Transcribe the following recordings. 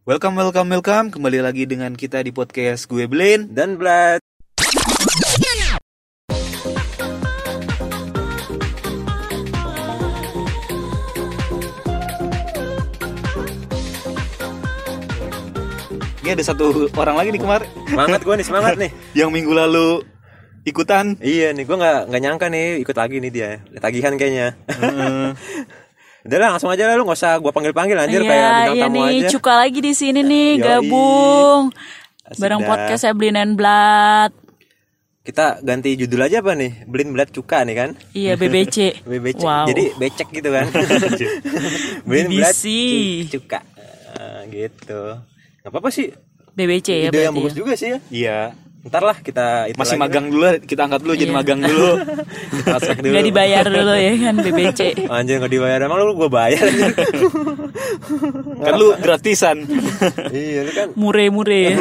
Welcome. Kembali lagi dengan kita di podcast gue Blin dan Blad. Ini ada satu orang lagi nih kemarin. Semangat nih. Yang minggu lalu ikutan. Iya nih, gue nggak nyangka nih ikut lagi nih dia. Tagihan kayaknya. Udah lah, langsung aja lah, lu nggak usah gue panggil anjir, kayak bintang tamu nih, aja. Cuka lagi di sini nih, gabung bareng podcast saya Blin and Blad. Kita ganti judul aja apa nih? Blin Blad Cuka nih kan? Iya, BBC. BBC. Wow. Jadi becek gitu kan. Blin Blad Cuka. Gitu. Gak apa-apa sih. BBC ya. Ide yang bagus juga sih ya. Iya. Ntar lah kita itu masih lagi magang dulu, kita angkat dulu jadi magang dulu. Kita aspek dulu. Nggak dibayar dulu ya kan BBC. Anjir nggak dibayar, emang lu gue bayar. Kan lu gratisan. Iya lu kan. Mure.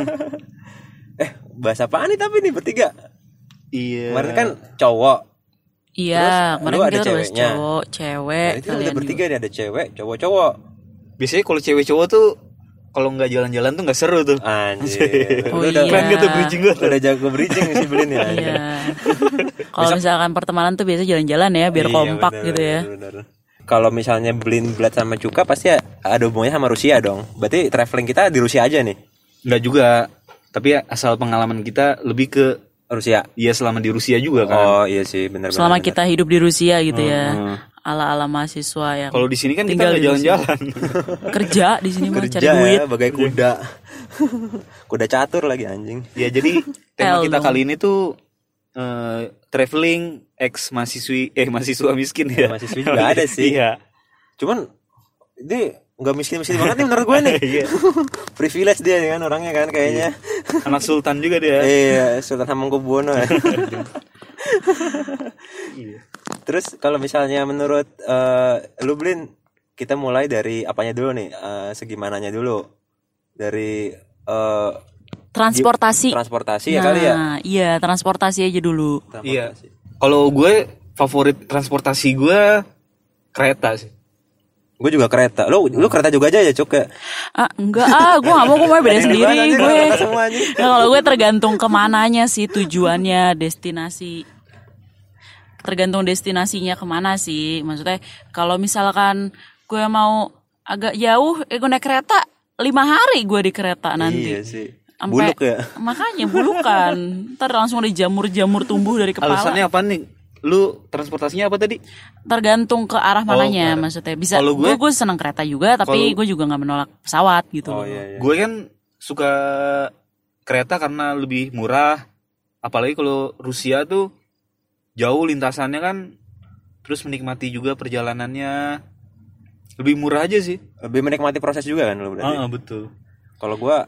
Bahasa apaan nih tapi nih bertiga? Iya. Kemarin kan cowok. Iya, kemarin lu ada kita bahas ceweknya. cowok, cewek. Nah, itu ada bertiga nih, ada cewek, cowok. Biasanya kalau cewek cowok tuh kalau nggak jalan-jalan tuh nggak seru tuh. Anjir. Oh, Udah keren gitu bridging gue. Udah jago bridging sih Blin ya. Iya. Kalau misalkan pertemanan tuh biasa jalan-jalan ya, biar kompak bener, gitu ya. Bener. Kalau misalnya Blin Blad sama Cuka pasti ada hubungannya sama Rusia dong. Berarti traveling kita di Rusia aja nih. Nggak juga. Tapi asal pengalaman kita lebih ke Rusia. Iya, selama di Rusia juga kan. Oh iya sih, benar. Selama kita hidup di Rusia gitu ya. Ala-ala mahasiswa yang Kalau di sini kan kita tinggal nggak di Rusia. jalan-jalan. Kerja di sini mah cari Kerja duit. ya, bagai kuda. Kuda catur lagi anjing. Ya jadi tema kita dong. kali ini tuh traveling ex mahasiswa miskin ya. Mahasiswa juga ada sih. Iya. Cuman ini nggak miskin banget nih menurut gue nih. Iya. Privilege dia kan orangnya kan kayaknya. Anak sultan juga dia. Iya, Sultan Hamengkubuwono ya. Iya. Terus kalau misalnya menurut lu Blin, kita mulai dari apanya dulu nih? Segimananya dulu? Dari Transportasi. ya kali ya? Iya, transportasi aja dulu. Iya. Kalau gue favorit transportasi gue kereta sih. Gue juga kereta. Lu kereta juga aja ya, Cuk ya? Enggak gue gak mau, gue mau beda sendiri gue. Semuanya. Nah, kalau gue tergantung kemananya sih tujuannya, destinasi. Tergantung destinasinya kemana sih. Maksudnya kalau misalkan gue mau agak jauh, gue naik kereta 5 hari gue di kereta nanti. Iya sih. Sampai, Buluk ya? Makanya bulukan. Ntar langsung ada jamur-jamur tumbuh dari kepala. Alasannya apa nih? Lu transportasinya apa tadi? Tergantung ke arah mananya maksudnya. Bisa gue senang kereta juga, tapi gue juga nggak menolak pesawat gitu. Oh iya. Gue kan suka kereta karena lebih murah. Apalagi kalau Rusia tuh jauh lintasannya kan, terus menikmati juga perjalanannya. Lebih murah aja sih. Lebih menikmati proses juga kan lu berarti. Betul. Kalau gue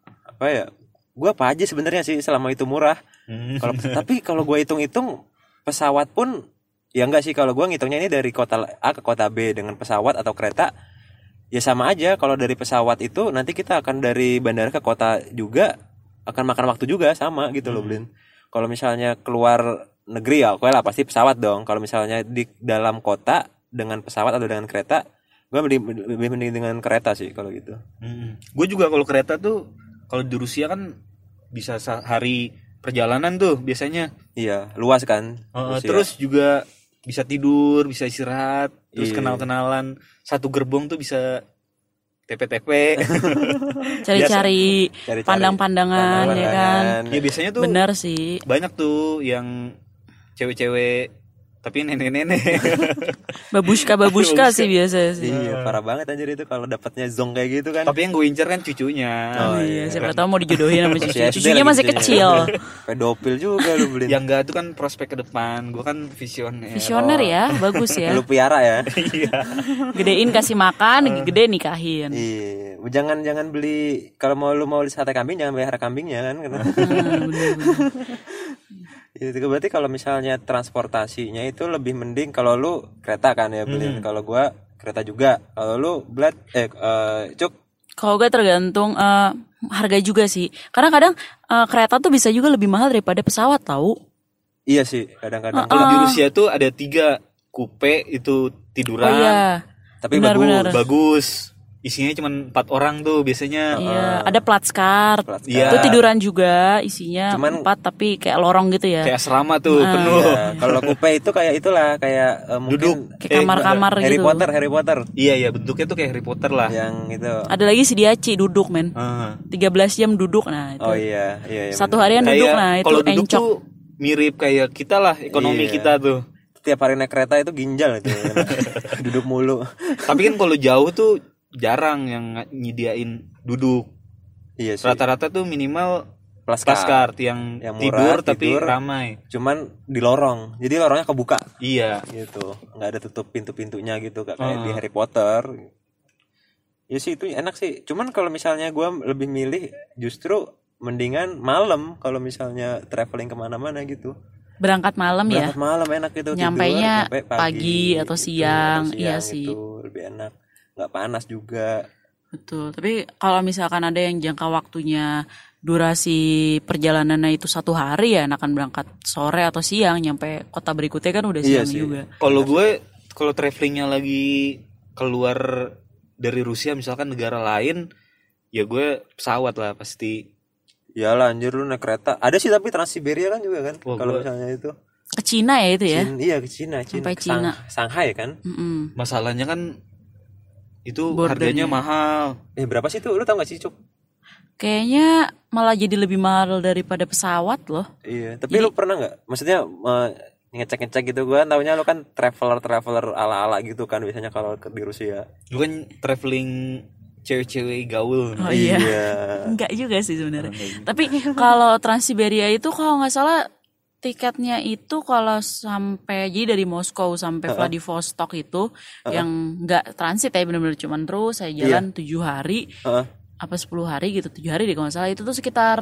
apa aja sebenarnya sih selama itu murah. Tapi kalau gue hitung-hitung pesawat pun ya enggak sih, kalau gue ngitungnya ini dari kota A ke kota B dengan pesawat atau kereta ya sama aja. Kalau dari pesawat itu nanti kita akan dari bandara ke kota juga akan makan waktu juga sama gitu loh Blin. Kalau misalnya keluar negeri ya oke lah pasti pesawat dong. Kalau misalnya di dalam kota dengan pesawat atau dengan kereta, gue lebih mending dengan kereta sih kalau gitu. Gue juga kalau kereta tuh kalau di Rusia kan bisa sehari perjalanan tuh biasanya. Iya, luas kan. Terus juga bisa tidur, bisa istirahat, terus Iya. kenal-kenalan. Satu gerbong tuh bisa TP-TP. Cari-cari pandang-pandangan ya kan. Ya biasanya tuh Benar sih. banyak tuh yang cewek-cewek tapi nenek-nenek. Babushka sih biasa sih. Iya, parah banget anjir itu kalau dapatnya zong kayak gitu kan. Tapi yang gue incer kan cucunya. Oh iya, siapa tahu mau dijodohin sama cucu. SD Cucunya lagi masih cucunya. kecil. Pedofil juga lu Blin. Yang enggak itu kan prospek ke depan. Gue kan visioner. Visioner ya, bagus ya. Lu piara ya. Iya. Gedein kasih makan, gede nikahin. Iya, jangan beli kalau lu mau sate kambing jangan pelihara kambingnya kan. Itu berarti kalau misalnya transportasinya itu lebih mending kalau lu kereta kan ya Blin. Kalau gua kereta juga. Kalau lu Blad Cuk. Kalau gue tergantung harga juga sih. Karena kadang kereta tuh bisa juga lebih mahal daripada pesawat tahu. Iya sih, kadang-kadang. Kalau di Rusia tuh ada 3 kupe itu tiduran. Oh iya. Tapi benar. Bagus. isinya cuma 4 orang tuh biasanya. Iya, ada Platzkart. Iya. Itu tiduran juga, isinya Cuman 4 tapi kayak lorong gitu ya. Kayak asrama tuh penuh. Ya, kalau coupe itu kayak itulah kayak mungkin Kayak kamar-kamar Harry gitu. Potter Iya bentuknya tuh kayak Harry Potter lah. yang itu. Ada lagi si Diaci duduk men. Ah. 13 jam duduk nah itu. Oh iya, iya. Satu harian duduk nah itu kalau duduk encok. tuh mirip kayak kita lah ekonomi Iya. kita tuh. Tiap hari naik kereta itu ginjal itu. Duduk mulu. Tapi kan kalau jauh tuh jarang yang nyediain duduk. Iya sih. Rata-rata tuh minimal Plaskart. Plaskart yang murah, tidur tapi tidur. ramai. Cuman di lorong. Jadi lorongnya kebuka Iya. gitu. Nggak ada tutup pintu-pintunya gitu kayak di Harry Potter. Ya sih itu enak sih. Cuman kalau misalnya gua lebih milih justru mendingan malam kalau misalnya traveling kemana-mana gitu. Berangkat malam ya. Berangkat malam enak gitu. Nyampainya tidur, nyampe pagi atau gitu, siang, atau iya sih. Itu lebih enak. Nggak panas juga. Betul. Tapi kalau misalkan ada yang jangka waktunya durasi perjalanannya itu 1 hari ya enakan berangkat sore atau siang nyampe kota berikutnya kan udah Iya siang sih. juga. Kalau gue kalau travelingnya lagi keluar dari Rusia misalkan negara lain, ya gue pesawat lah pasti. Ya lah anjir lu naik kereta. Ada sih tapi Trans Siberia kan juga kan. Wah, Kalau gua- misalnya itu. Ke Cina ya itu ya. Iya ke Cina. Sampai Ke Cina. Shanghai kan. Mm-mm. Masalahnya kan itu Bordernya. harganya mahal. Berapa sih tuh? Lu tau gak sih Cuk? Kayaknya malah jadi lebih mahal daripada pesawat loh. Iya. Tapi lu pernah nggak? Maksudnya ngecek-ngecek gitu. Gue taunya lu kan traveler ala-ala gitu kan biasanya kalau di Rusia. Gue kan traveling cewek-cewek gaul. Oh iya. Enggak juga sih sebenarnya. Tapi kalau Trans Siberia itu kalau nggak salah tiketnya itu kalau sampai jadi dari Moskow sampai Vladivostok itu yang nggak transit ya benar-benar cuman terus saya jalan 7 hari Heeh. apa 10 hari gitu 7 hari deh kalau nggak salah itu tuh sekitar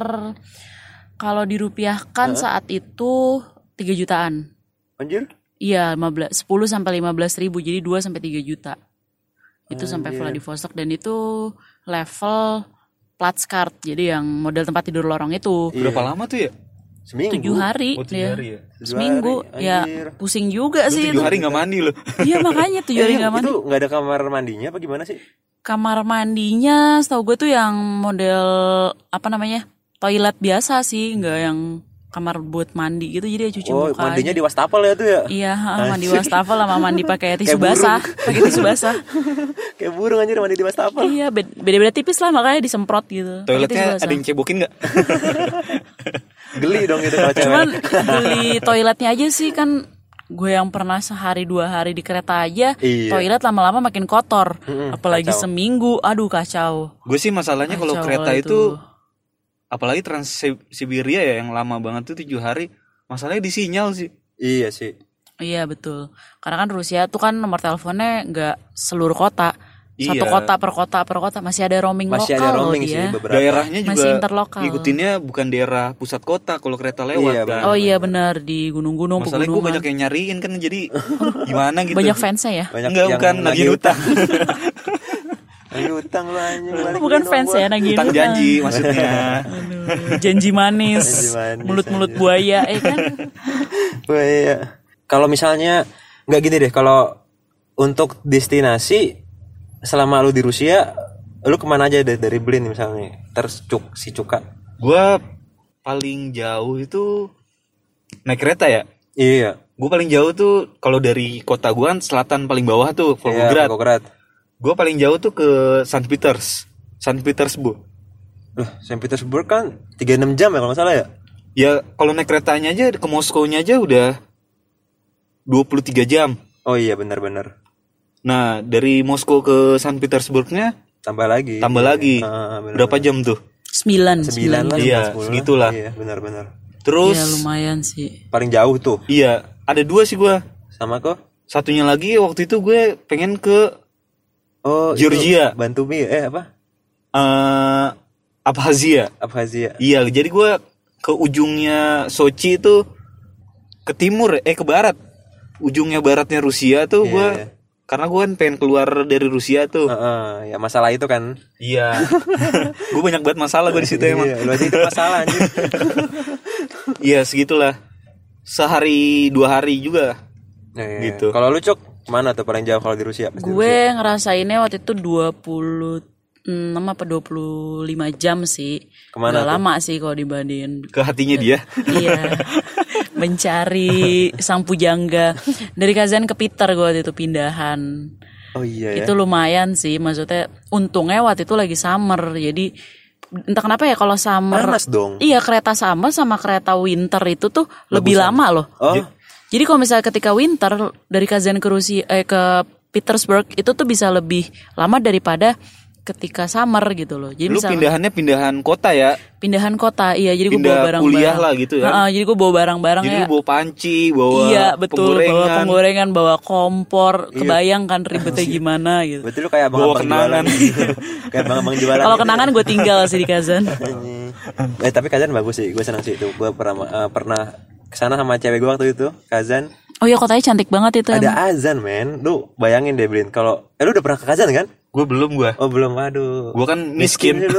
kalau dirupiahkan saat itu 3 jutaan. Anjir? Iya 10 sampai 15 ribu jadi 2 sampai 3 juta. Itu sampai Vladivostok dan itu level Platzkart jadi yang model tempat tidur lorong itu. Berapa lama tuh ya? Seminggu. 7 hari, Oh, 7 ya. hari ya? 7 Seminggu hari, ya anjir. pusing juga Lu sih 7 itu. hari nggak mandi loh. Iya makanya 7 hari nggak mandi. Itu nggak ada kamar mandinya apa gimana sih? Kamar mandinya setahu gue tuh yang model apa namanya toilet biasa sih, nggak yang kamar buat mandi gitu jadi ya cuci Oh, muka mandinya aja. di wastafel ya tuh ya? Iya, mandi wastafel sama mandi pakai tisu Kayak burung. basah, pakai tisu basah. Kayak burung anjir mandi di wastafel. Iya, beda-beda tipis lah makanya disemprot gitu. Pakai tisu Toiletnya basah. ada yang cebokin nggak? Geli dong gitu kalau cewek. Cuman beli toiletnya aja sih kan gue yang pernah sehari 2 hari di kereta aja Iya. toilet lama-lama makin kotor. Apalagi kacau. seminggu, aduh kacau. Gue sih masalahnya kalau Kacau kereta lah itu apalagi Trans Siberia ya yang lama banget tuh 7 hari. Masalahnya di sinyal sih. Iya sih. Iya betul. Karena kan Rusia tuh kan nomor teleponnya nggak seluruh kota. Satu Iya. kota per kota masih ada roaming Masih lokal ada roaming loh sih dia. beberapa. Daerahnya juga Masih interlokal. ngikutinnya bukan daerah pusat kota kalau kereta lewat Iya, kan. Oh iya benar di gunung-gunung Masalahnya gue pegunungan. banyak yang nyariin kan jadi gimana gitu. Banyak fansnya ya. Banyak Enggak yang bukan nagih nagih utang. Nagih utang lu anjing. balikin Bukan dong fans gua. ya nagih Utang janji maksudnya. Aduh, janji manis, Janji manis, mulut-mulut anjir. buaya, kan? Wah, iya. Kalau misalnya nggak gini deh, kalau untuk destinasi selama lu di Rusia, lu kemana aja deh dari Berlin misalnya? Terus si Cuka. Gue paling jauh itu naik kereta ya. Iya. Gue paling jauh tuh kalau dari kota gue kan selatan paling bawah tuh Iya, Volgograd. Volgograd. Gue paling jauh tuh ke Saint Petersburg. Loh, Saint Petersburg kan 36 jam ya kalau nggak salah ya? Ya kalau naik keretanya aja ke Moskow-nya aja udah 23 jam. Oh iya benar-benar. Nah dari Moskow ke Saint Petersburgnya Tambah lagi. tambah lagi. benar. Berapa jam tuh? 9 9 lah. Iya, 10 lah. segitulah. Iya benar-benar. Terus Ya lumayan sih. Paling jauh tuh. iya ada 2 sih gue. Sama kok? Satunya lagi waktu itu gue pengen ke Oh, Georgia. itu Bantumi apa? Abkhazia. Abkhazia. Iya, jadi gue ke ujungnya Sochi itu ke timur, ke barat. Ujungnya baratnya Rusia tuh Iya, gue, iya. karena gue kan pengen keluar dari Rusia tuh. Heeh, ya masalah itu kan. Iya, gue banyak banget masalah gue di situ emang. Iya, lu aja itu masalah anjir. Iya segitulah, sehari 2 hari juga. Iya. Gitu. Kalau lu Cok, Mana tuh paling jauh kalau di Rusia? Pas di Rusia. Gue ngerasainnya waktu itu 26 apa 25 jam sih. Kemana Gak tuh? lama sih kalau dibandingin. Ke hatinya dia. Iya. Mencari sang pujangga. Dari Kazan ke Peter gue waktu itu pindahan. Oh iya ya. Itu lumayan sih, maksudnya untungnya waktu itu lagi summer. Jadi entah kenapa ya kalau summer. Panas dong. Iya, kereta summer sama kereta winter itu tuh lebih lama loh. Oh. Jadi kalau misalnya ketika winter dari Kazan ke Rusia ke Petersburg itu tuh bisa lebih lama daripada ketika summer gitu loh. Jadi Lu pindahannya pindahan kota ya? pindahan kota, iya. Jadi gue Pindah bawa barang-barang. kuliah lah gitu ya? Jadi gue bawa barang-barang Jadi ya. lu bawa panci, bawa Iya betul, bawa penggorengan, penggorengan, bawa kompor, Iya. kebayang kan ribetnya gimana gitu. Berarti lu kayak bawa abang-abang kenangan. jualan. Kayak abang-abang jualan. Kalau gitu. kenangan gue tinggal sih di Kazan. Tapi Kazan bagus sih, gue senang sih itu. Gue pernah kesana sama cewek gue waktu itu, Kazan. Oh iya, kotanya cantik banget itu. Ada azan men, lu bayangin deh Blin. Kalau lu udah pernah ke Kazan kan? Gue belum gue. Oh belum, aduh. Gue kan miskin. Lu.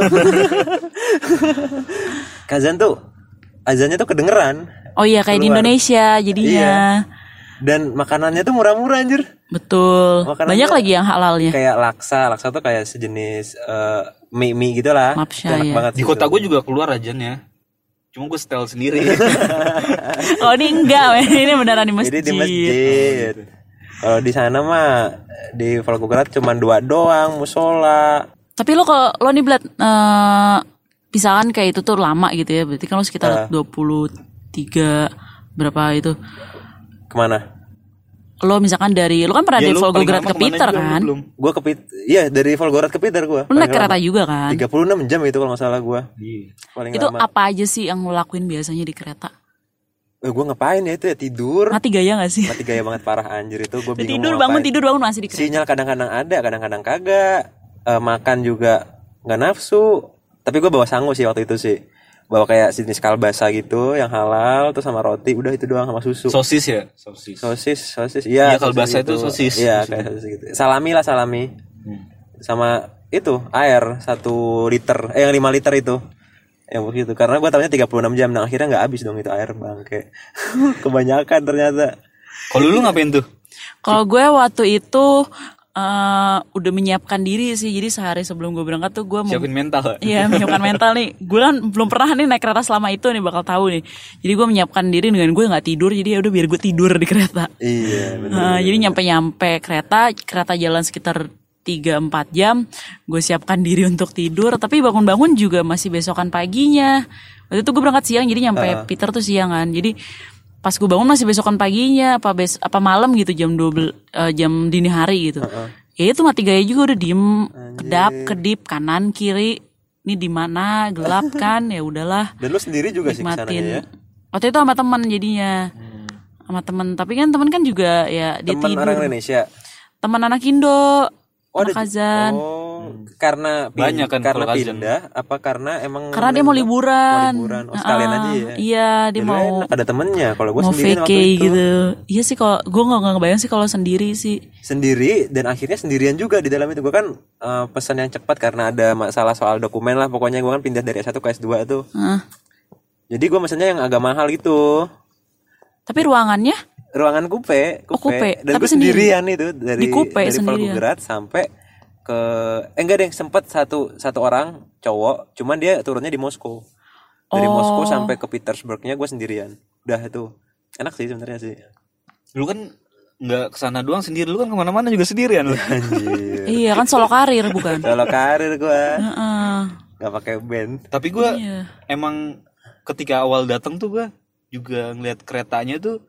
Kazan tuh azannya tuh kedengeran. Oh iya, kayak di Keluar. Indonesia jadinya. Dan makanannya tuh murah-murah anjir. Betul. Makanannya Banyak lagi yang halalnya. Kayak laksa tuh kayak sejenis mie gitu lah. Mapsya, Enak ya. banget Di gitu. kota gue juga keluar ajannya. Cuma gue setel sendiri. Oh ini enggak, men. Ini beneran di masjid. Jadi di masjid. Kalau di sana mah di Volgograd cuma 2 doang musola. Tapi lo kalau lo nih Blat, misalkan kayak itu tuh lama gitu ya. Berarti kan lo sekitar 23 berapa itu. Kemana? Lo misalkan dari lo kan pernah Ya, dari lu paling Volgograd lama ke kemana Peter juga, lu kan? belum. Gua iya dari Volgograd ke Peter gua. Lo naik kereta juga kan? 36 jam itu kalau nggak salah gua. Paling Itu lama. apa aja sih yang lo lakuin biasanya di kereta? Gua ngapain ya itu ya tidur. Mati gaya gak sih? Mati gaya banget parah anjir itu gua bingung. Tidur mau ngapain. bangun masih di kereta. Sinyal kadang-kadang ada, kadang-kadang kagak. Makan juga nggak nafsu. Tapi gue bawa sangu sih waktu itu sih. Bawa kayak jenis kalbasa gitu yang halal, terus sama roti, udah itu doang sama susu. Sosis ya? Sosis. Sosis. Iya, Iya, kalbasa sosis itu sosis. Iya, kayak sosis gitu. Salami. Sama itu air 1 liter, yang 5 liter itu. Yang begitu. Karena gue tahunya 36 jam, nah akhirnya nggak habis dong itu air bangke. Kebanyakan ternyata. Kalau lu ngapain tuh? Kalau gue waktu itu udah menyiapkan diri sih. Jadi sehari sebelum gue berangkat tuh gue mau Siapin mental. Iya, menyiapkan mental nih. Gue kan belum pernah nih naik kereta selama itu nih, bakal tahu nih. Jadi gue menyiapkan diri dengan gue nggak tidur. Jadi ya udah biar gue tidur di kereta. Iya, benar. Jadi nyampe kereta jalan sekitar 3-4 jam. Gue siapkan diri untuk tidur. Tapi bangun-bangun juga masih besokan paginya. Waktu itu gue berangkat siang, jadi nyampe Peter tuh siang kan. Jadi pas gue bangun masih besokan paginya, apa malam gitu jam 12 jam dini hari gitu. Ya itu mati gaya juga, udah diem, kedip kanan kiri. Ini di mana gelap kan, ya udahlah. Dan lu sendiri juga sih kesananya ya? Nikmatin. Waktu itu sama teman jadinya. Sama teman, tapi kan teman kan juga ya dia Teman tidur. orang Indonesia. Teman anak Indo. Anak ada Kazan. Karena Banyak kan karena kalau Kazan. pindah apa karena emang Karena dia mau liburan. Oh, sekalian aja ya. Iya, dia Dulu mau enak, ada temennya. Kalau gue mau sendiri waktu vacay itu gitu. Iya sih, kalau gue nggak ngebayang sih kalau sendiri sih. sendiri dan akhirnya sendirian juga di dalam itu. Gue kan pesan yang cepat karena ada masalah soal dokumen lah. Pokoknya gue kan pindah dari S1 ke S2 tuh. Jadi gue pesannya yang agak mahal gitu. Tapi ruangannya Ruangan coupe. coupe. Dan Tapi gue sendirian itu Di coupe dari sendirian. Volgograd sampai ke enggak deh, sempet satu orang cowok, cuman dia turunnya di Moskow. Dari Moskow sampai ke Petersburgnya gue sendirian. Udah itu enak sih sebenarnya sih. Lu kan nggak kesana doang sendiri, lu kan kemana-mana juga sendirian lu. Anjir. iya kan solo karir bukan. Kalau karir gue Heeh. nggak pakai band. Tapi gue Iya. emang ketika awal datang tuh gue juga ngeliat keretanya tuh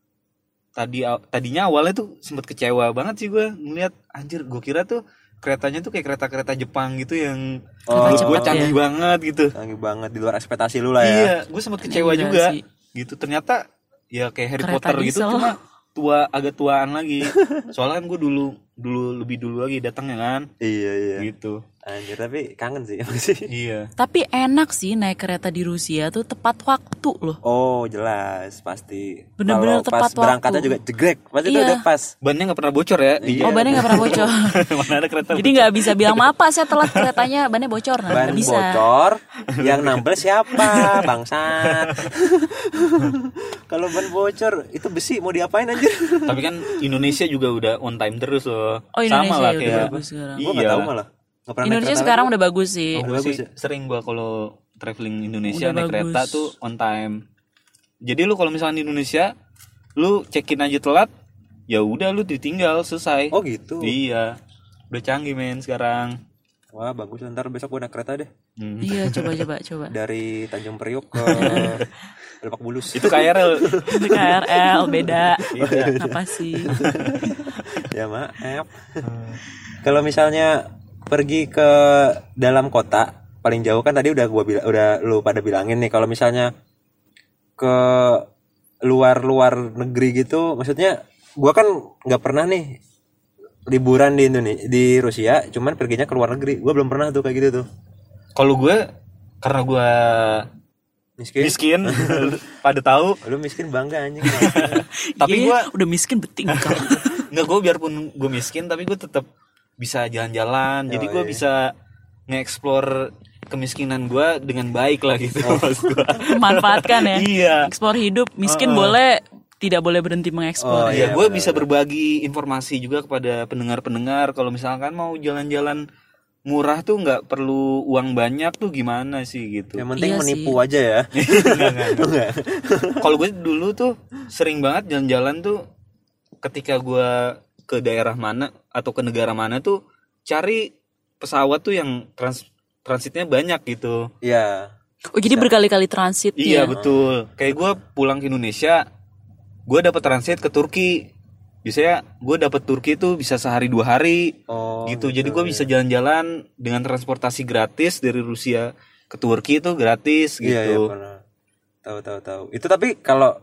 tadinya awalnya tuh sempet kecewa banget sih gue ngeliat, anjir gue kira tuh keretanya tuh kayak kereta-kereta Jepang gitu yang Kereta gue cepat canggih ya. banget gitu. Canggih banget, di luar ekspektasi lu lah ya. Iya, gue sempet kecewa Enggak juga sih. gitu. Ternyata ya kayak Harry Kereta Potter gitu, diesel. cuma agak tuaan lagi. Soalnya kan gue dulu lebih dulu lagi datangnya kan Iya. gitu. Anjir, tapi kangen sih emang sih. Iya. Tapi enak sih naik kereta di Rusia tuh tepat waktu loh. Oh jelas pasti. Bener-bener Kalau pas tepat berangkatnya waktu. juga jegrek, pasti itu Iya. udah pas. Bannya nggak pernah bocor ya. Iya. Oh, bannya nggak pernah bocor. Mana ada kereta. Jadi nggak bisa bilang maaf Pak, saya telat keretanya, bannya bocor. Nah, Ban nggak bisa. bocor, yang nambel siapa? Bangsat. Kalau ban bocor itu besi mau diapain anjir? Tapi kan Indonesia juga udah on time terus loh. Oh, Sama Indonesia lah udah kayak. bagus sekarang. Gua nggak tahu malah. Nggak pernah naik Indonesia kereta sekarang lagi. udah bagus sih. Gua bagus sih ya? sering gua kalau traveling Indonesia Udah naik bagus. kereta tuh on time. Jadi lu kalau misalnya di Indonesia lu check-in aja telat, ya udah lu ditinggal selesai. Oh gitu. Iya. Udah canggih men sekarang. Wah bagus, ntar besok gua naik kereta deh. Iya, coba. Dari Tanjung Priok ke Lebak Bulus. Itu KRL. Itu KRL beda. Apa sih? Ya maaf. Kalau misalnya pergi ke dalam kota paling jauh kan tadi udah udah lu pada bilangin nih, kalau misalnya ke luar negeri gitu, maksudnya gua kan nggak pernah nih liburan di Indonesia, di Rusia, cuman perginya ke luar negeri. Gua belum pernah tuh kayak gitu tuh. Kalau gue karena gue miskin, pada tahu. Lu miskin bangga anjing. Tapi Iya, udah miskin beting. Nggak, gue biarpun gue miskin tapi gue tetap bisa jalan-jalan. Jadi gue bisa nge-explore kemiskinan gue dengan baik lah gitu. Maksud gua. Memanfaatkan ya. Iya. Eksplor hidup, miskin boleh, tidak boleh berhenti mengeksplor. Oh, Ya gue bisa berbagi informasi juga kepada pendengar-pendengar. Kalau misalkan mau jalan-jalan murah tuh nggak perlu uang banyak tuh gimana sih gitu. Yang penting Iya menipu aja ya. Enggak. Kalau gue dulu tuh sering banget jalan-jalan tuh ketika gue ke daerah mana atau ke negara mana tuh cari pesawat tuh yang transitnya banyak gitu. Iya. Oh, jadi berkali-kali transit Iya ya? betul. Kayak gue pulang ke Indonesia, gue dapat transit ke Turki. Biasanya gue dapat Turki tuh bisa sehari 2 hari. Oh, gitu. Jadi gue bisa jalan-jalan dengan transportasi gratis dari Rusia ke Turki itu gratis gitu. Iya, pernah. Tahu. Itu tapi kalau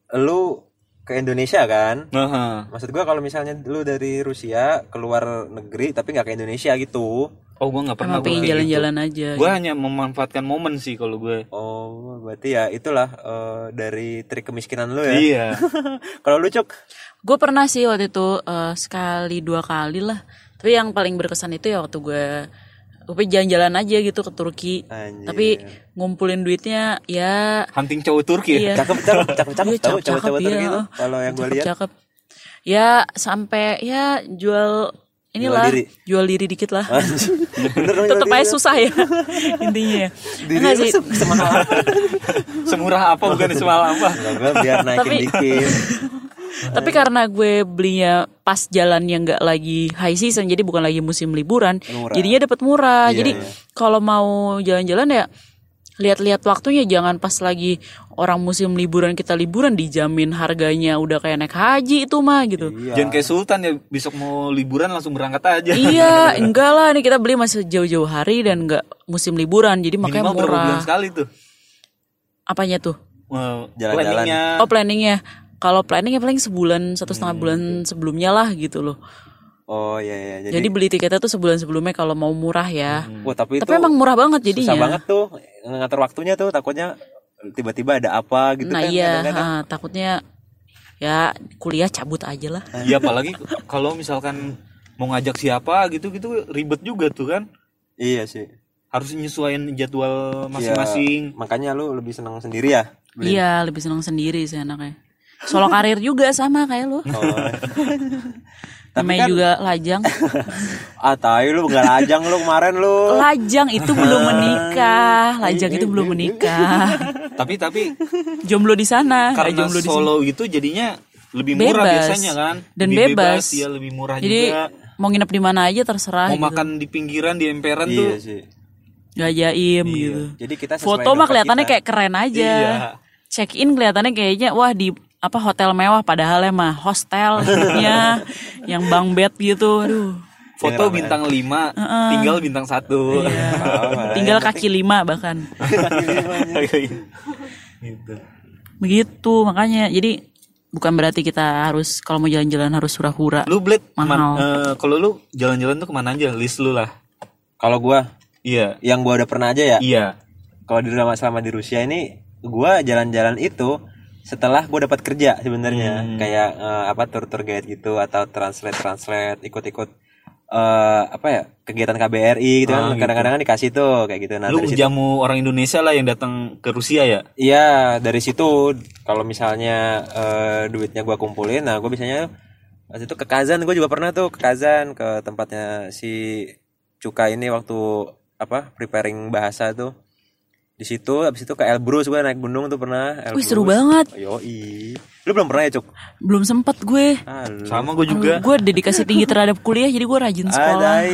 lu ke Indonesia kan? Nah, Maksud gua kalau misalnya lu dari Rusia keluar negeri tapi nggak ke Indonesia gitu. oh gue nggak pernah Emang pengen jalan-jalan aja. Gue hanya memanfaatkan momen sih kalau gue. Oh, berarti ya itulah dari trik kemiskinan lu ya. Iya. Kalau lu Cuk? Gue pernah sih waktu itu sekali 2 kali lah. Tapi yang paling berkesan itu ya waktu gue jalan-jalan aja gitu ke Turki. Anjir. Tapi ngumpulin duitnya ya Hunting cowok Turki ya. iya. Cakep Iya, tahu cakep, cowok-cowok iya. Turki itu. Kalau yang gua lihat Cakep. Ya sampai ya jual inilah jual diri dikit lah. bener dong. Tetep aja susah ya intinya. Diri Enggak lu sih. semahal apa? Semurah apa bukan semalam apa. Gua biar naikin Tapi- dikit. Tapi karena gue belinya pas jalan yang nggak lagi high season, jadi bukan lagi musim liburan, Murah. jadinya dapat murah. Iya, Jadi iya. kalau mau jalan-jalan ya lihat-lihat waktunya, jangan pas lagi orang musim liburan kita liburan dijamin harganya udah kayak naik haji itu mah gitu. Iya. Jangan kayak Sultan ya, besok mau liburan langsung berangkat aja. Iya, enggak lah, nih kita beli masih jauh-jauh hari dan enggak musim liburan, jadi makanya Minimal berapa bulan murah. sekali tuh. Apanya tuh? Jalan-jalan. Planningnya. Oh, planningnya. Kalau planningnya paling sebulan, 1,5 bulan sebelumnya lah gitu loh. Oh iya. Jadi beli tiketnya tuh sebulan sebelumnya kalau mau murah ya. Wah, tapi itu Tapi emang murah banget jadinya. susah banget tuh ngatur waktunya tuh, takutnya tiba-tiba ada apa gitu Nah kan. iya, kadang-kadang. takutnya ya kuliah cabut aja lah. Iya apalagi kalau misalkan mau ngajak siapa gitu ribet juga tuh kan. Iya sih. Harus nyesuaiin jadwal Iya, masing-masing. makanya lu lebih senang sendiri ya? Beli? Iya, lebih senang sendiri sih anaknya. Solo karir juga sama kayak lu. Oh. Namanya kan- juga lajang. Tai lu gak lajang lu kemarin lu. Lajang itu belum menikah. Lajang itu belum menikah. Tapi Jomblo di sana, nggak karena jomblo di sini. solo itu jadinya lebih murah Bebas. biasanya kan. Dan Lebih bebas. ya lebih murah Jadi juga. mau nginep di mana aja terserah. Mau gitu. makan di pinggiran di emperan Iya tuh. sih. Gak jaim gitu. Jadi kita sesuai Foto mah dompet kelihatannya kita. kayak keren aja. Iya. Check in kelihatannya kayaknya wah di apa hotel mewah, padahal emang hostelnya yang bang bed gitu. Aduh. Foto bintang 5, tinggal bintang 1. Iya. Oh, Tinggal kaki 5 bahkan. gitu. Begitu makanya. Jadi bukan berarti kita harus kalau mau jalan-jalan harus hura-hura. Lu Bled, Mahal. kalau lu jalan-jalan tuh kemana aja? List lu lah. Kalau gua Iya. yang gua udah pernah aja ya. Iya. Kalau selama di Rusia ini gua jalan-jalan itu setelah gua dapat kerja sebenarnya. Kayak tour guide gitu atau translate ikut-ikut kegiatan KBRI gitu kan. Kadang-kadang kan dikasih tuh kayak gitu. Nah, Lu dari situ, jamu orang Indonesia lah yang datang ke Rusia ya? iya, dari situ kalau misalnya duitnya gua kumpulin, nah gua biasanya waktu itu ke Kazan, gua juga pernah tuh ke Kazan, ke tempatnya si Cuka ini waktu preparing bahasa tuh. Di situ habis itu ke Elbrus, gue naik gunung tuh pernah. Wih, seru banget. Yoi. Lu belum pernah ya, Cuk? Belum sempet gue. Sama gue juga. Gue dedikasi tinggi terhadap kuliah, jadi gue rajin sekolah.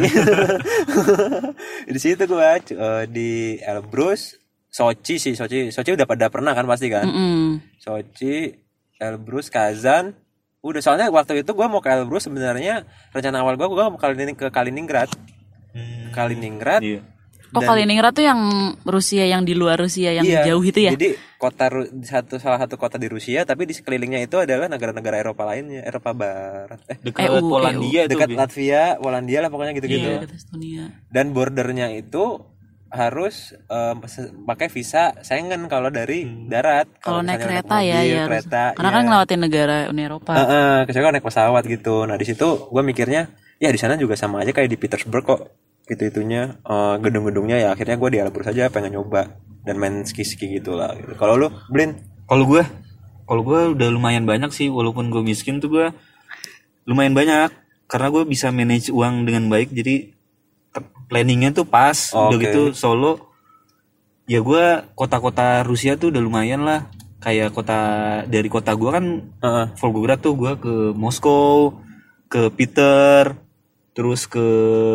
Di situ gue di Elbrus, Sochi udah pada pernah kan pasti kan? Sochi, Elbrus, Kazan. Udah, soalnya waktu itu gue mau ke Elbrus sebenarnya rencana awal gue mau ke Kaliningrad. Kaliningrad. Iya. Oh, Kaliningrad tuh yang Rusia, yang di luar Rusia, yang jauh itu ya? Jadi salah satu kota di Rusia, tapi di sekelilingnya itu adalah negara-negara Eropa lainnya, Eropa Barat. Dekat Polandia itu. Dekat Latvia, Polandia lah pokoknya gitu-gitu. Iya, dekat Estonia. Dan bordernya itu harus pakai visa Schengen kalau dari darat. Kalau naik misalnya kereta mobil, ya, kereta, karena kan ngelewatin negara Uni Eropa. Kecuali naik pesawat gitu. Nah di situ gue mikirnya, ya di sana juga sama aja kayak di Petersburg kok. Gitu-itunya gedung-gedungnya ya akhirnya gue di Elbrus aja pengen nyoba dan main ski-ski gitu lah gitu. Kalau lu, Blin? Kalau gue udah lumayan banyak sih, walaupun gue miskin tuh gue lumayan banyak karena gue bisa manage uang dengan baik, jadi planningnya tuh pas. Udah gitu solo ya, gue kota-kota Rusia tuh udah lumayan lah. Kayak dari kota gue kan Volgograd tuh gue ke Moskow, ke Peter, terus ke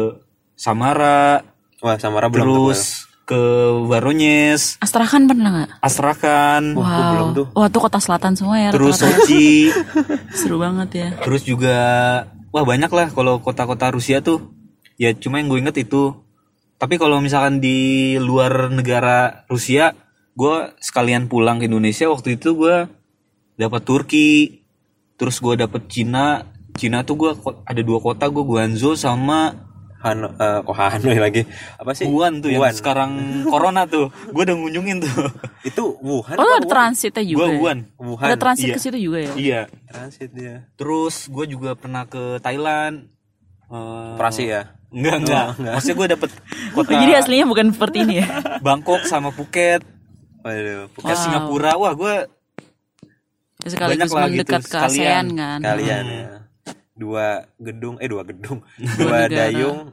Samara. Wah, Samara belum. Terus ke Voronezh. Astrakhan pernah nggak? Astrakhan. Wow. Belum tuh. Wah, tuh kota selatan semua ya. Terus rata-rata. Sochi. Seru banget ya. Terus juga banyak lah kalau kota-kota Rusia tuh. Ya cuma yang gue inget itu. Tapi kalau misalkan di luar negara Rusia, gue sekalian pulang ke Indonesia waktu itu gue dapat Turki. Terus gue dapet Cina. Cina tuh gue ada 2 kota, gue Guangzhou sama Hanoi lagi. Apa sih? Wuhan tuh yang sekarang corona tuh. Gue udah ngunjungin tuh. Itu Wuhan. Oh, ada transitnya juga. Gue Wuhan. Ada transit ke situ juga ya? Iya. Transit dia. Terus gue juga pernah ke Thailand. Operasi ya? Enggak. Maksudnya gue dapet kota Jadi aslinya bukan seperti ini ya? Bangkok sama Phuket. Waduh, Ke Singapura. Wah, gue sekaligus mendekat ke ASEAN kan. Kalian ya. 2 gedung. 2 dayung.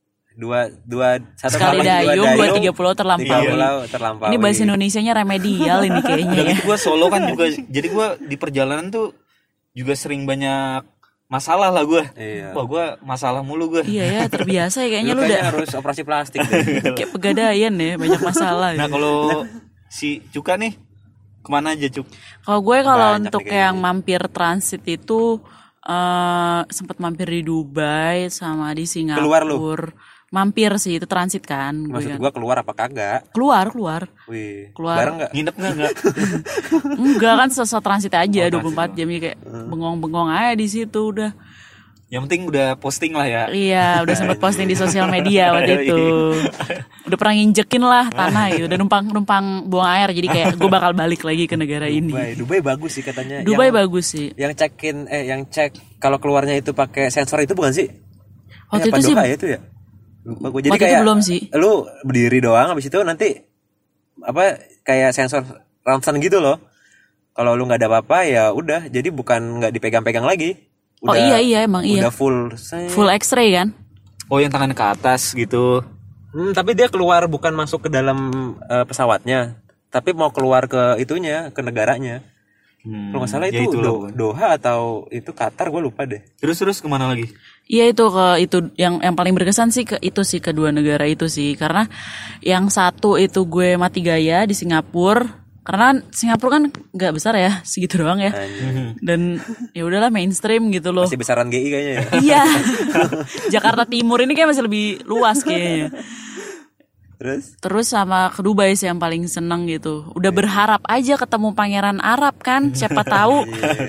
Sekali dayung, 2 pulau terlampaui. Terlampaui. Ini bahasa Indonesianya remedial ini kayaknya udah ya. gitu gue solo kan juga. Jadi gue di perjalanan tuh juga sering banyak masalah lah gue. Iya. Wah, gue masalah mulu gue. Iya ya, terbiasa ya kayaknya lu udah harus operasi plastik deh. kayak pegadaian ya, banyak masalah. Nah, kalau si Cuka nih kemana aja, Cuk? Kalau gue kalau Banyak untuk nih yang mampir transit itu sempat mampir di Dubai sama di Singapura. Keluar lu? Mampir sih, itu transit kan. Maksud gue keluar apa kagak? Keluar. Wih, Keluar. bareng nggak? Nginep enggak? Enggak kan sesuatu transit aja 24 transit jam ya, kayak bengong-bengong aja di situ udah. Yang penting udah posting lah ya. Iya, udah sempat posting di sosial media waktu itu. Udah pernah nginjekin lah tanah gitu, udah numpang buang air, jadi kayak gue bakal balik lagi ke negara ini. Dubai bagus sih katanya. Dubai bagus sih. Yang cek kalau keluarnya itu pakai sensor itu bukan sih? Waktu itu sih Doha itu ya? Lupa gue. Jadi waktu itu kayak belum sih. Lu berdiri doang, habis itu nanti kayak sensor ronsen gitu loh. Kalau lu nggak ada apa-apa ya udah, jadi bukan nggak dipegang-pegang lagi. Udah, iya emang udah iya. full X-ray kan? Oh, yang tangannya ke atas gitu. Tapi dia keluar bukan masuk ke dalam pesawatnya, tapi mau keluar ke itunya, ke negaranya. Kalau nggak salah ya itu itulah. Doha atau itu Qatar, gue lupa deh. Terus kemana lagi? Iya itu yang paling berkesan sih kedua negara itu sih, karena yang satu itu gue mati gaya di Singapura, karena Singapura kan nggak besar ya, segitu doang ya, dan ya udahlah mainstream gitu loh. Masih besaran GI kayaknya ya. Iya, Jakarta Timur ini kayak masih lebih luas kayaknya. Terus sama ke Dubai sih yang paling seneng gitu. Udah berharap aja ketemu pangeran Arab kan, siapa tahu.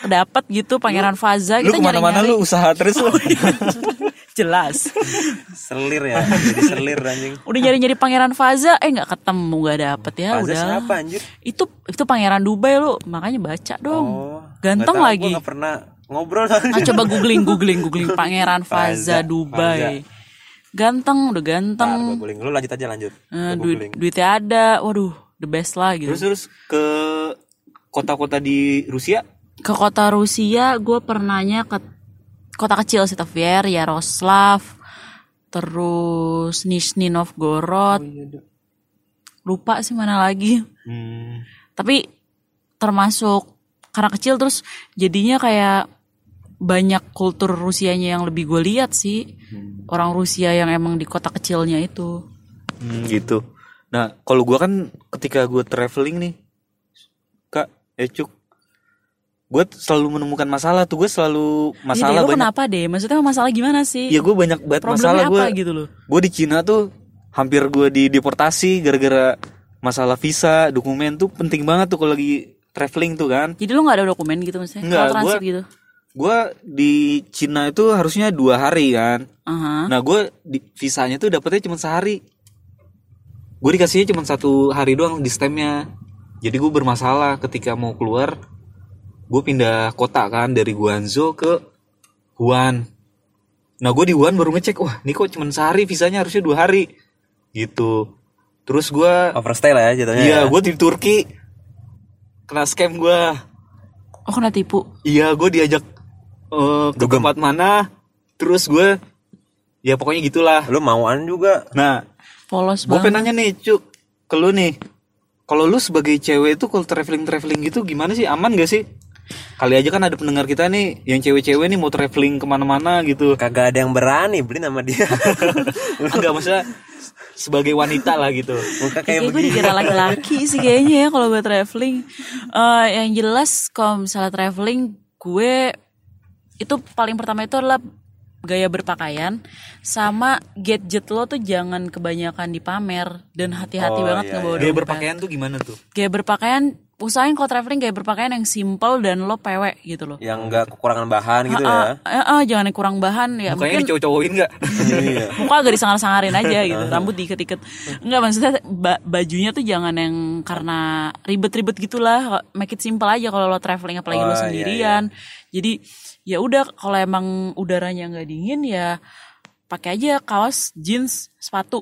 dapat gitu Pangeran Faza. Lu Kita kemana-mana nyari-nyari. lu usaha terus lu. Jelas. Selir ya, jadi selir anjing. Udah nyari-nyari Pangeran Faza, nggak ketemu, nggak dapet ya. Faza Udah. siapa anjir? Itu Pangeran Dubai lu, makanya baca dong. Ganteng nggak tahu, lagi. Gue nggak pernah ngobrol soalnya. Coba googling Pangeran Faza Dubai. Ganteng, udah ganteng. Ntar gue googling. Lu lanjut. Gua googling. Duitnya ada, waduh, the best lah gitu. Terus ke kota-kota di Rusia? Ke kota Rusia, gue pernahnya ke kota kecil sih, Tver, Yaroslav, terus Nizhny Novgorod. Lupa sih mana lagi. Tapi termasuk karena kecil terus jadinya kayak banyak kultur Rusianya yang lebih gue lihat sih. Orang Rusia yang emang di kota kecilnya itu. Gitu. Nah, kalau gue kan ketika gue traveling nih, Kak, Cuk, gue selalu menemukan masalah tuh. Gue selalu masalah Lu banyak. kenapa deh? Maksudnya masalah gimana sih? Iya, gue banyak banget Problemnya masalah. apa Gue gitu loh? Gue di Cina tuh hampir gue dideportasi gara-gara masalah visa, dokumen tuh penting banget tuh kalau lagi traveling tuh kan. Jadi lu nggak ada dokumen gitu maksudnya? Nggak, Kalau transit gitu? Gue di Cina itu harusnya 2 hari kan. Aha. Nah, gue visanya tuh dapetnya cuma sehari. Gue dikasihnya cuma 1 hari doang di stempnya. Jadi gue bermasalah ketika mau keluar. Gue pindah kota kan dari Guangzhou ke Wuhan. Nah, gue di Wuhan baru ngecek, wah ini kok cuma sehari, visanya harusnya 2 hari gitu. Terus gue Overstay lah ya jatuhnya. iya, ya. gue di Turki kena scam gue. Oh, kena tipu? Iya, gue diajak ke tempat mana. Terus gue ya pokoknya gitulah. Lu mauan juga. Nah, Polos gue banget. pengen nanya nih Cuk, ke lu nih, kalau lu sebagai cewek itu kalau traveling gitu gimana sih, aman gak sih? Kali aja kan ada pendengar kita nih yang cewek-cewek nih mau traveling kemana-mana gitu. Kagak ada yang berani beli nama dia. Enggak, maksudnya sebagai wanita lah gitu. Muka kayak Kayak gue begini. dikira laki-laki sih kayaknya ya kalau gue traveling. Yang jelas kalau misalnya traveling, gue itu paling pertama itu adalah gaya berpakaian sama gadget lo tuh jangan kebanyakan dipamer dan hati-hati banget ngebawa Gaya dompet. berpakaian tuh gimana tuh? Gaya berpakaian, usahain kalau traveling gaya berpakaian yang simple dan lo pewek gitu loh. Yang enggak kekurangan bahan gitu ya. Jangan yang kurang bahan ya. Mukanya Mungkin dicowok-cowokin gak? Iya. muka agak disangar-sangarin aja gitu, rambut diiket-iket. Enggak, maksudnya bajunya tuh jangan yang karena ribet-ribet gitulah, make it simple aja kalau lo traveling apalagi lo sendirian. Jadi ya udah, kalau emang udaranya nggak dingin ya pakai aja kaos, jeans,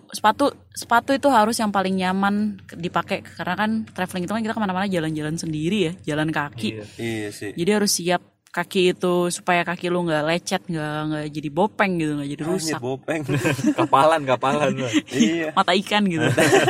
sepatu itu harus yang paling nyaman dipakai karena kan traveling itu kan kita kemana-mana jalan-jalan sendiri ya, jalan kaki. Iya sih. Jadi harus siap kaki itu supaya kaki lu nggak lecet, nggak jadi bopeng gitu, nggak jadi rusak. Anjir, bopeng. kapalan. Iya. Mata ikan gitu.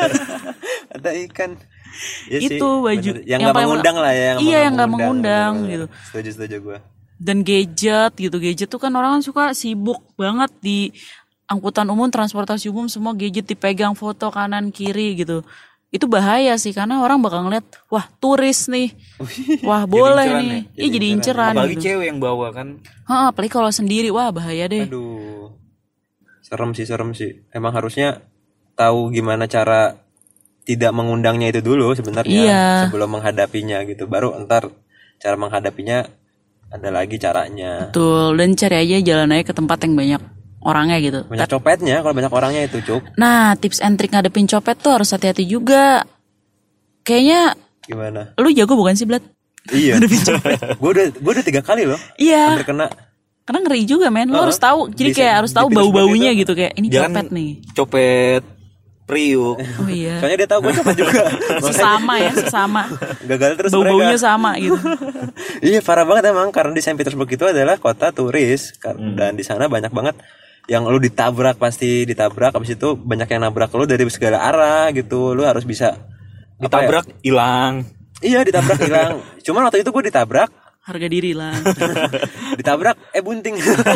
Ada ikan. Iya Itu sih, baju bener. Yang nggak paling- mengundang lah ya. Iya, yang nggak mengundang gitu. Setuju gue. Dan gadget tuh kan orang kan suka sibuk banget di angkutan umum, transportasi umum, semua gadget dipegang, foto kanan kiri gitu. Itu bahaya sih karena orang bakal ngeliat, wah turis nih, wah boleh inceran nih, ya? jadi inceran Apalagi gitu. cewek yang bawa kan. Apalagi kalau sendiri, wah bahaya deh. Aduh. Serem sih. Emang harusnya tahu gimana cara tidak mengundangnya itu dulu sebenarnya, Iya. sebelum menghadapinya gitu. Baru ntar cara menghadapinya ada lagi caranya. Betul, dan cari aja jalan aja ke tempat yang banyak orangnya gitu. Banyak copetnya, kalau banyak orangnya itu Cuk. Nah, tips and trick ngadepin copet tuh harus hati-hati juga. Kayaknya Gimana? lu jago bukan sih, Blat? Iya. gue udah 3 kali loh. Iya. Hampir kena. Karena ngeri juga, men. Lu harus tahu. Jadi Bisa kayak harus tahu dipilih bau-baunya seperti gitu, kayak ini Jangan copet nih. copet priuk. Oh iya. Soalnya dia tahu gue copet juga. Sesama. Gagal terus Bau-baunya mereka. sama gitu. Iya parah banget emang, karena di Saint Petersburg itu adalah kota turis dan di sana banyak banget yang lu ditabrak, pasti ditabrak, habis itu banyak yang nabrak lu dari segala arah gitu. Lu harus bisa Ditabrak hilang. Iya, ditabrak hilang. Cuman waktu itu gue ditabrak Harga diri lah. ditabrak bunting.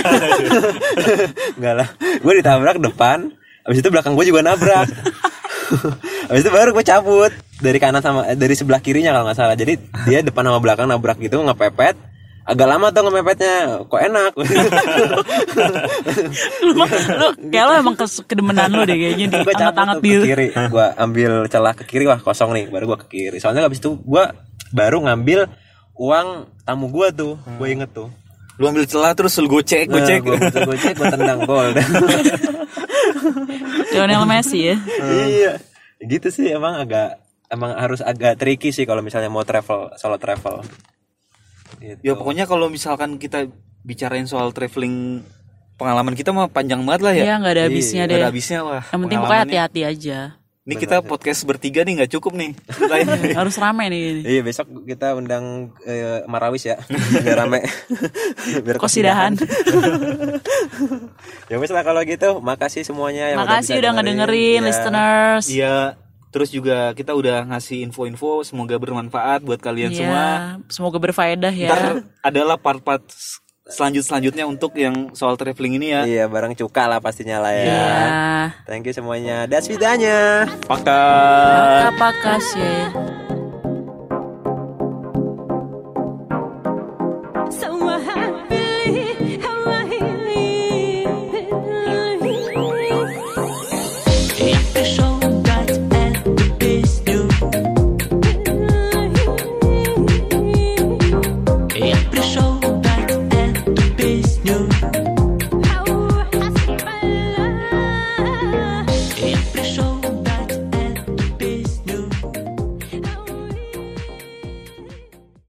Enggak lah, gue ditabrak depan, habis itu belakang gue juga nabrak. Habis itu baru gue cabut dari kanan sama dari sebelah kirinya kalau nggak salah. Jadi dia depan sama belakang nabrak gitu, ngepepet. Agak lama tuh ngemepetnya, kok enak. lu kayak lo emang kedemenan lu deh kayaknya di Gue cabut anget-anget tuh ke gitu. kiri, gue ambil celah ke kiri, wah kosong nih, baru gue ke kiri. Soalnya habis itu gue baru ngambil uang tamu gua tuh. Gua inget tuh. Lu ambil celah terus lu gocek. Gua tendang gol. Lionel Messi ya. Iya. Gitu sih emang harus agak tricky sih kalau misalnya mau solo travel. Gitu. Ya pokoknya kalau misalkan kita bicarain soal traveling, pengalaman kita mah panjang banget lah ya. Iya, nggak ada habisnya Nggak deh. ada habisnya wah. Yang penting pokoknya hati-hati aja. Ini kita podcast bertiga nih nggak cukup nih. Harus rame nih. Iya, besok kita undang Marawis ya. Biar rame. Biar Kosidahan. Ya wes lah kalau gitu. Makasih semuanya yang Makasih udah bisa ngedengerin Ya. listeners. Iya. Terus juga kita udah ngasih info-info, semoga bermanfaat buat kalian semua. Iya, semoga berfaedah ya. Ntar adalah part-part selanjutnya untuk yang soal traveling ini ya. Iya, bareng cuka lah pastinya lah ya. Iya. Thank you semuanya. Das vidanya. Pakai. Pakas ya.